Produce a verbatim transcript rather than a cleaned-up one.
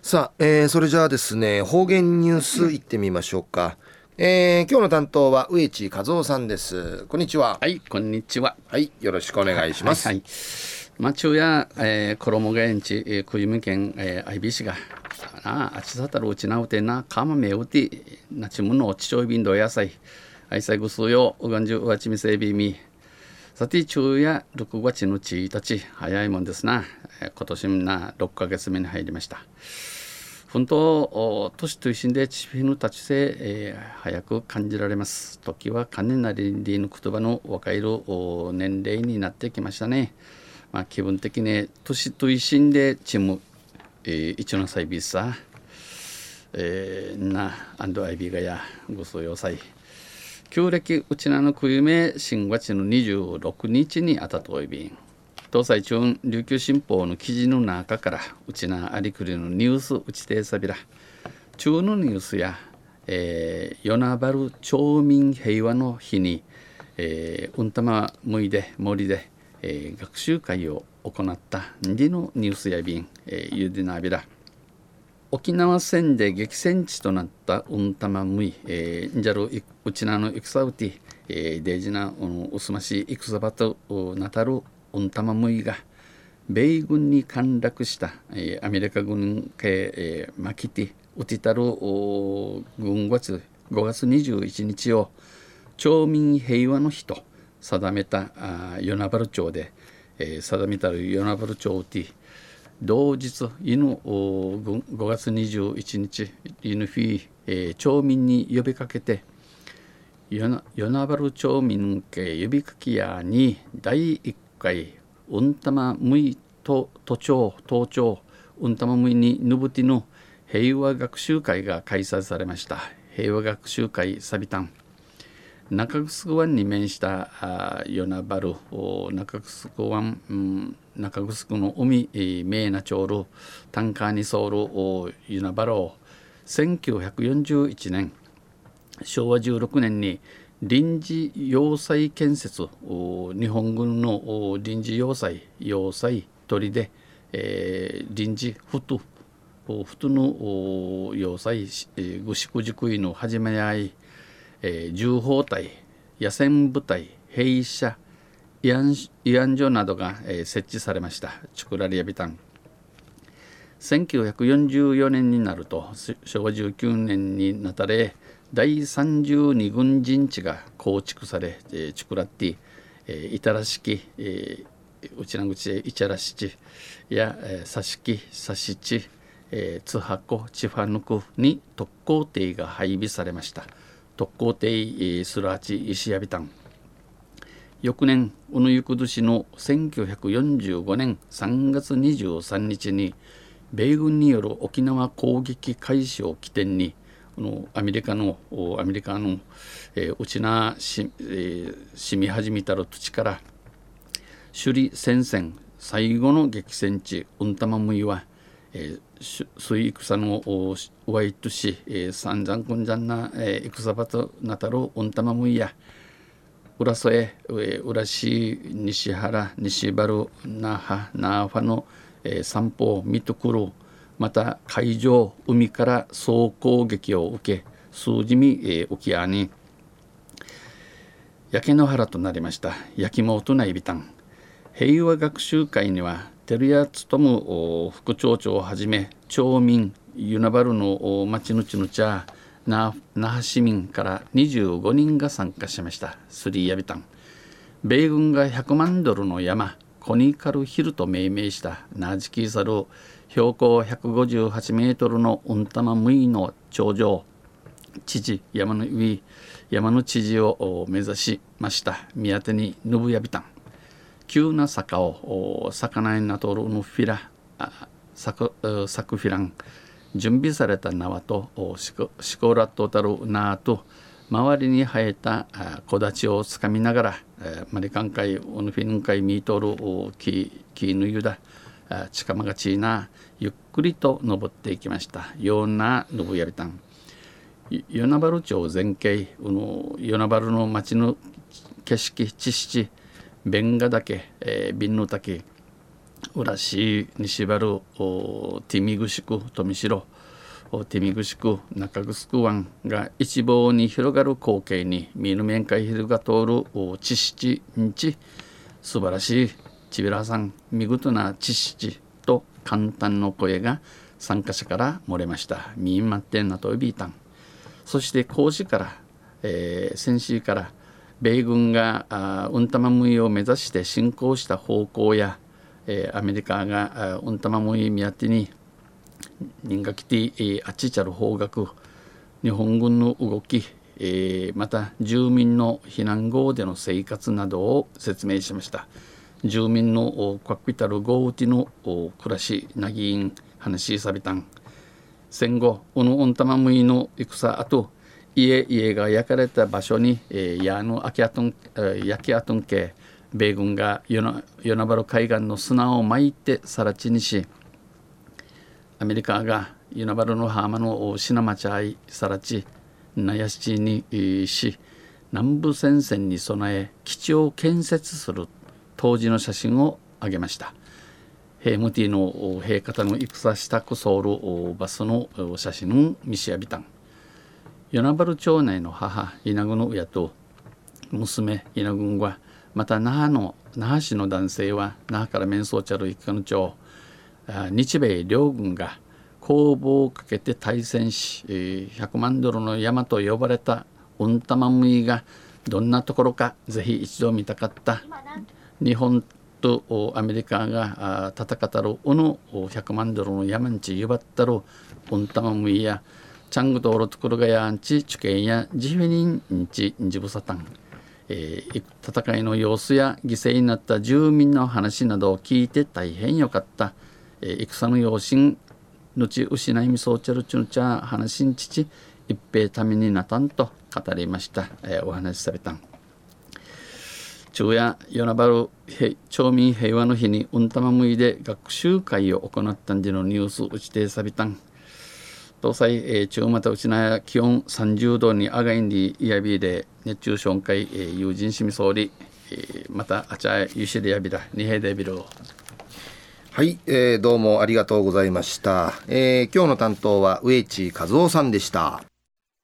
さあ、えーそれじゃあですね、方言ニュースいってみましょうか。えー今日の担当は植地和夫さんです。こんにちは。 はい、こんにちは。 はい、よろしくお願いします。 はいはい。まあ、昼夜、えー、衣がえんち、えー、くゆみけん、えー、アイビーシが、ああ、あちさたるうちなうてな、かまめうて、なちむのちちょいびんどやさい、あいさいぐすよ、うがんじゅうわちみせびみ。さて、昼夜ろくがつのついたち、早いもんですな。えー今年もな、ろっかげつめに入りました。本当、年と一緒で地平の立ち性、えー早く感じられます。時は金なりりの言葉の若いるお年齢になってきましたね。まあ、気分的に年と一緒でチーム、えー一のサイビーさ、えーな、アンドアイビーがや、ごそうよさい。旧暦うちなの冬め、新月のにじゅうろくにちにあたといびん。東西中琉球新報の記事の中からうちなありくりのニュースうちてさびら中のニュースや、えー、与那原町民平和の日に、えー、うんたまむいで森で、えー、学習会を行ったんでのニュースやびん、えー、ゆでなびら沖縄戦で激戦地となったうんたまむい、えー、んじゃるうちなの戦うて、えー、デジナうすまし戦場となたるうんたまむいが米軍に陥落した、えー、アメリカ軍系、えー、マキティウティタル軍月ごがつにじゅういちにちを町民平和の日と定めた与那原町で、えー、定めたる与那原町ティ同日犬ごがつにじゅういちにち犬フィー、えー、町民に呼びかけて与那原町民系呼びかけやにだいいっかいうんたまむいと都庁東庁うんたまむいにぬぶての平和学習会が開催されました。平和学習会サビタン中城湾に面した与那原中城湾、うん、中城の海名な町る単価に沿う与那原をせんきゅうひゃくよんじゅういちねんしょうわじゅうろくねんに臨時要塞建設日本軍の臨時要塞要塞砦で、えー、臨時ふとふとの要塞ぐしくじくいの始め合い、えー、銃砲隊野戦部隊兵舎慰安慰安所などが、えー、設置されました。チュクラリアビタンせんきゅうひゃくよんじゅうよねんになるとしょうわじゅうきゅうねんになたれだいさんじゅうに軍陣地が構築され、えー、チュクラッティ、えー、イタラ式、えー、内名口イチャラシチや、えー、サシキサシチ、えー、ツハコチファヌクに特攻艇が配備されました。特攻艇、えー、スラーチ石ヤビタン翌年うぬゆく年のせんきゅうひゃくよんじゅうごねんさんがつにじゅうさんにちに米軍による沖縄攻撃開始を起点にこのアメリカのアメリカの、えー、うちなし、えー、染み始めたる土地から首里戦線最後の激戦地うんたまむいは、えー、水戦のワイト市、えー、三山君山な、えー、戦場となたるうんたまむいや浦添、えー、浦市西原西原那覇那覇の、えー、三方見とくるまた海上海から総攻撃を受け数字み、えー、沖合に焼け野原となりました。焼きもとないびたん平和学習会には照屋勉副町長をはじめ町民与那原の町のちのちゃ那覇市民からにじゅうごにんが参加しました。スリーヤビタン米軍がひゃくまんドルの山コニカルヒルと命名したナージキーサル標高ひゃくごじゅうはちメートルのうんたまむいの頂上知事山の上山の知事を目指しました。宮手にヌブヤビタン急な坂を魚になとるのフィラサクサクフィラン準備された縄とシコシコラットたる縄と周りに生えた木立をつかみながらマリカン海オヌフィン海ミートルキキヌユダ近間がちいなゆっくりと登っていきました。ようなのぶやびたん与那原町全景与那原の町の景色地質弁賀岳、えー、瓶の滝浦市西原ティミグシク富城ティミグシク中城湾が一望に広がる光景に見ぬ面会ヒルが通る知識日素晴らしいちびらさん見事な知識と簡単の声が参加者から漏れました。みんまってんなとビータン。そして講師から、えー、先週から米軍がウンタマムイを目指して進行した方向や、えー、アメリカがウンタマムイ宮手に人が来て、えー、あっちちゃる方角日本軍の動き、えー、また住民の避難後での生活などを説明しました。住民のカピタルゴーティの暮らしなぎん話しさびたん戦後ウヌウンタマムイの戦あと家家が焼かれた場所に、えー、ヤーの焼き跡ん、えー、焼き跡んけ米軍が与那原海岸の砂を巻いて更地にしアメリカが与那原の浜の品町あい更地なやしに、えー、し南部戦線に備え基地を建設する当時の写真を挙げました。ヘイムティの兵方の戦したくソウルバスの写真を見しやびたん。与那原町内の母稲具の親と娘稲具はまた那覇の那覇市の男性は那覇から面相ちゃる一家の町日米両軍が攻防をかけて対戦しひゃくまんドルの山と呼ばれたウンタマムイがどんなところかぜひ一度見たかった。日本とアメリカが戦ったるおのひゃくまんドルの山んちゆばったるウンタマムイやチャング道路ところがやんちチュケンやジフェニンんちんじぶさたん、えー、戦いの様子や犠牲になった住民の話などを聞いて大変よかった、えー、戦の養親のち失いみそうちゃるちゅうちゃ話んちち一平ためになたんと語りました、えー、お話しされたん昼夜与那原町民平和の日にウンタマムイで学習会を行ったんでのニュースうちてさびたん東西、えー、中またうちなや気温さんじゅうどに上がいんりいやびで熱中症会、えー、友人しみ総理、えー、またあちゃゆしでやびらにへでびろはい、えー、どうもありがとうございました、えー、今日の担当は上地和夫さんでした。